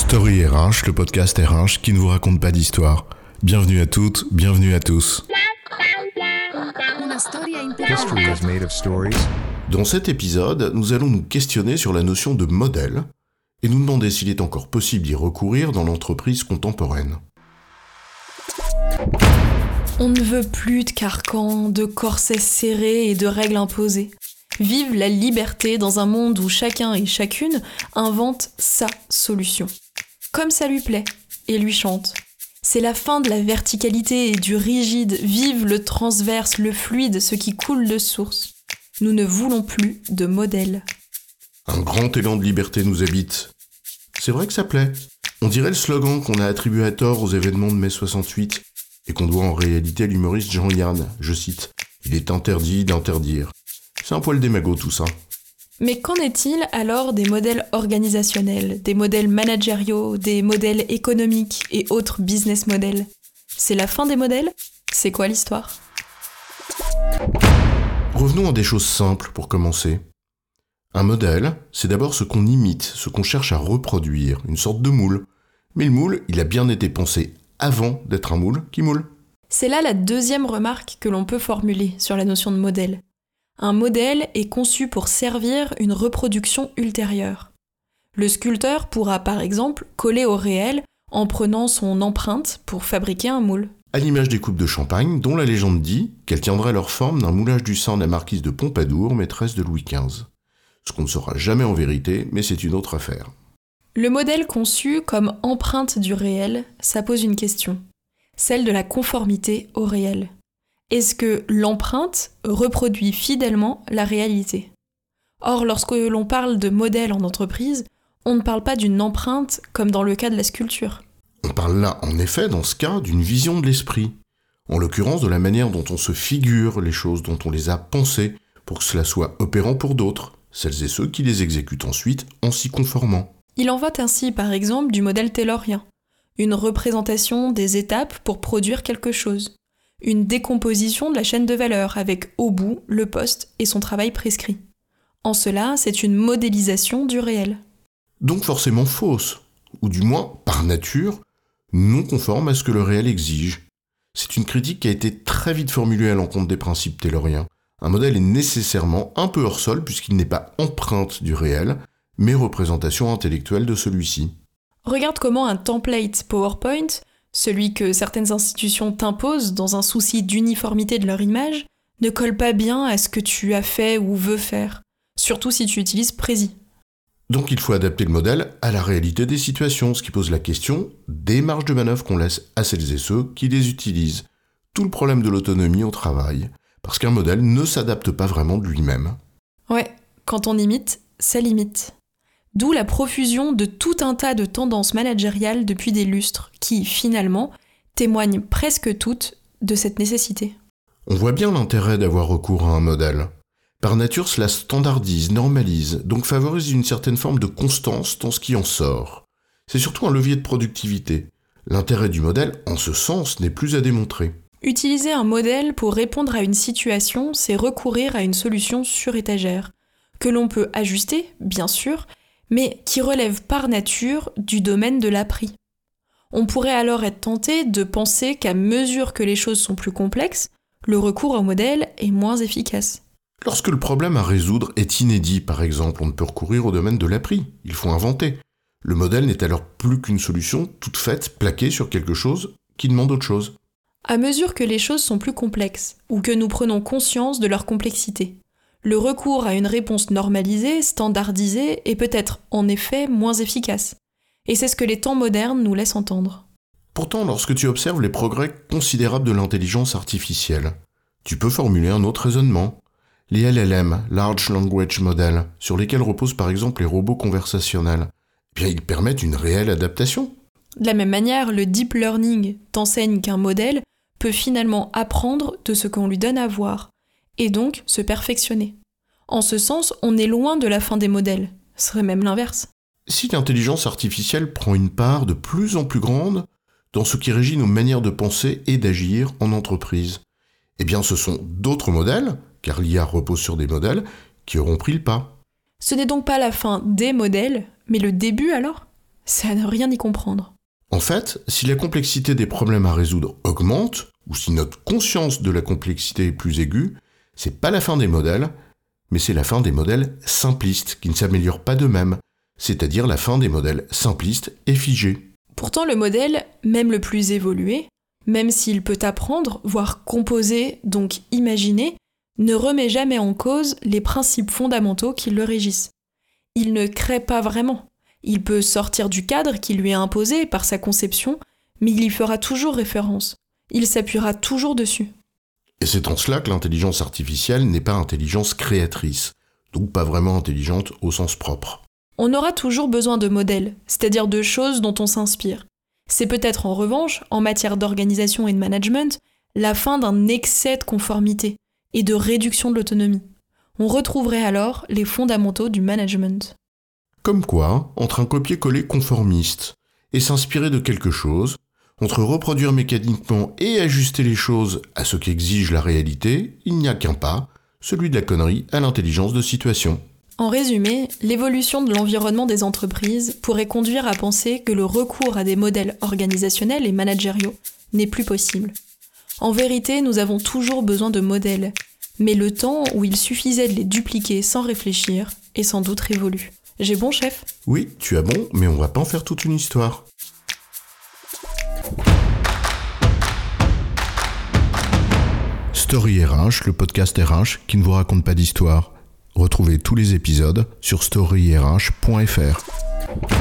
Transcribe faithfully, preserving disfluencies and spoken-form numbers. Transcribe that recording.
Story R H, le podcast R H qui ne vous raconte pas d'histoire. Bienvenue à toutes, bienvenue à tous. History is made of stories. Dans cet épisode, nous allons nous questionner sur la notion de modèle et nous demander s'il est encore possible d'y recourir dans l'entreprise contemporaine. On ne veut plus de carcans, de corsets serrés et de règles imposées. Vive la liberté dans un monde où chacun et chacune invente sa solution. Comme ça lui plaît et lui chante. C'est la fin de la verticalité et du rigide. Vive le transverse, le fluide, ce qui coule de source. Nous ne voulons plus de modèles. Un grand élan de liberté nous habite. C'est vrai que ça plaît. On dirait le slogan qu'on a attribué à tort aux événements de mai soixante-huit et qu'on doit en réalité à l'humoriste Jean-Yann. Je cite « Il est interdit d'interdire ». C'est un poil démago tout ça. Mais qu'en est-il alors des modèles organisationnels, des modèles managériaux, des modèles économiques et autres business models ? C'est la fin des modèles ? C'est quoi l'histoire ? Revenons à des choses simples pour commencer. Un modèle, c'est d'abord ce qu'on imite, ce qu'on cherche à reproduire, une sorte de moule. Mais le moule, il a bien été pensé avant d'être un moule qui moule. C'est là la deuxième remarque que l'on peut formuler sur la notion de modèle. Un modèle est conçu pour servir une reproduction ultérieure. Le sculpteur pourra par exemple coller au réel en prenant son empreinte pour fabriquer un moule. À l'image des coupes de champagne, dont la légende dit qu'elles tiendraient leur forme d'un moulage du sein de la marquise de Pompadour, maîtresse de Louis quinze. Ce qu'on ne saura jamais en vérité, mais c'est une autre affaire. Le modèle conçu comme empreinte du réel, ça pose une question, celle de la conformité au réel. Est-ce que l'empreinte reproduit fidèlement la réalité ? Or, lorsque l'on parle de modèle en entreprise, on ne parle pas d'une empreinte comme dans le cas de la sculpture. On parle là, en effet, dans ce cas, d'une vision de l'esprit. En l'occurrence, de la manière dont on se figure les choses, dont on les a pensées, pour que cela soit opérant pour d'autres, celles et ceux qui les exécutent ensuite en s'y conformant. Il en va ainsi, par exemple, du modèle taylorien, une représentation des étapes pour produire quelque chose. Une décomposition de la chaîne de valeur avec au bout le poste et son travail prescrit. En cela, c'est une modélisation du réel. Donc forcément fausse, ou du moins, par nature, non conforme à ce que le réel exige. C'est une critique qui a été très vite formulée à l'encontre des principes tayloriens. Un modèle est nécessairement un peu hors sol puisqu'il n'est pas empreinte du réel, mais représentation intellectuelle de celui-ci. Regarde comment un template PowerPoint, celui que certaines institutions t'imposent dans un souci d'uniformité de leur image, ne colle pas bien à ce que tu as fait ou veux faire, surtout si tu utilises Prési. Donc il faut adapter le modèle à la réalité des situations, ce qui pose la question des marges de manœuvre qu'on laisse à celles et ceux qui les utilisent. Tout le problème de l'autonomie au travail, parce qu'un modèle ne s'adapte pas vraiment de lui-même. Ouais, quand on imite, ça limite. D'où la profusion de tout un tas de tendances managériales depuis des lustres, qui, finalement, témoignent presque toutes de cette nécessité. On voit bien l'intérêt d'avoir recours à un modèle. Par nature, cela standardise, normalise, donc favorise une certaine forme de constance dans ce qui en sort. C'est surtout un levier de productivité. L'intérêt du modèle, en ce sens, n'est plus à démontrer. Utiliser un modèle pour répondre à une situation, c'est recourir à une solution sur étagère, que l'on peut ajuster, bien sûr, mais qui relève par nature du domaine de l'appris. On pourrait alors être tenté de penser qu'à mesure que les choses sont plus complexes, le recours au modèle est moins efficace. Lorsque le problème à résoudre est inédit, par exemple, on ne peut recourir au domaine de l'appris, il faut inventer. Le modèle n'est alors plus qu'une solution toute faite, plaquée sur quelque chose qui demande autre chose. À mesure que les choses sont plus complexes, ou que nous prenons conscience de leur complexité, le recours à une réponse normalisée, standardisée, est peut-être en effet moins efficace. Et c'est ce que les temps modernes nous laissent entendre. Pourtant, lorsque tu observes les progrès considérables de l'intelligence artificielle, tu peux formuler un autre raisonnement. Les L L M, Large Language Model, sur lesquels reposent par exemple les robots conversationnels, eh bien ils permettent une réelle adaptation. De la même manière, le deep learning t'enseigne qu'un modèle peut finalement apprendre de ce qu'on lui donne à voir, et donc se perfectionner. En ce sens, on est loin de la fin des modèles. Ce serait même l'inverse. Si l'intelligence artificielle prend une part de plus en plus grande dans ce qui régit nos manières de penser et d'agir en entreprise, eh bien ce sont d'autres modèles, car l'I A repose sur des modèles, qui auront pris le pas. Ce n'est donc pas la fin des modèles, mais le début alors ? C'est à ne rien y comprendre. En fait, si la complexité des problèmes à résoudre augmente, ou si notre conscience de la complexité est plus aiguë, c'est pas la fin des modèles, mais c'est la fin des modèles simplistes qui ne s'améliorent pas d'eux-mêmes, c'est-à-dire la fin des modèles simplistes et figés. Pourtant, le modèle, même le plus évolué, même s'il peut apprendre, voire composer, donc imaginer, ne remet jamais en cause les principes fondamentaux qui le régissent. Il ne crée pas vraiment. Il peut sortir du cadre qui lui est imposé par sa conception, mais il y fera toujours référence. Il s'appuiera toujours dessus. Et c'est en cela que l'intelligence artificielle n'est pas intelligence créatrice, donc pas vraiment intelligente au sens propre. On aura toujours besoin de modèles, c'est-à-dire de choses dont on s'inspire. C'est peut-être en revanche, en matière d'organisation et de management, la fin d'un excès de conformité et de réduction de l'autonomie. On retrouverait alors les fondamentaux du management. Comme quoi, entre un copier-coller conformiste et s'inspirer de quelque chose, entre reproduire mécaniquement et ajuster les choses à ce qu'exige la réalité, il n'y a qu'un pas, celui de la connerie à l'intelligence de situation. En résumé, l'évolution de l'environnement des entreprises pourrait conduire à penser que le recours à des modèles organisationnels et managériaux n'est plus possible. En vérité, nous avons toujours besoin de modèles, mais le temps où il suffisait de les dupliquer sans réfléchir est sans doute révolu. J'ai bon, chef ? Oui, tu as bon, mais on va pas en faire toute une histoire. Story R H, le podcast R H qui ne vous raconte pas d'histoire. Retrouvez tous les épisodes sur story r h point f r.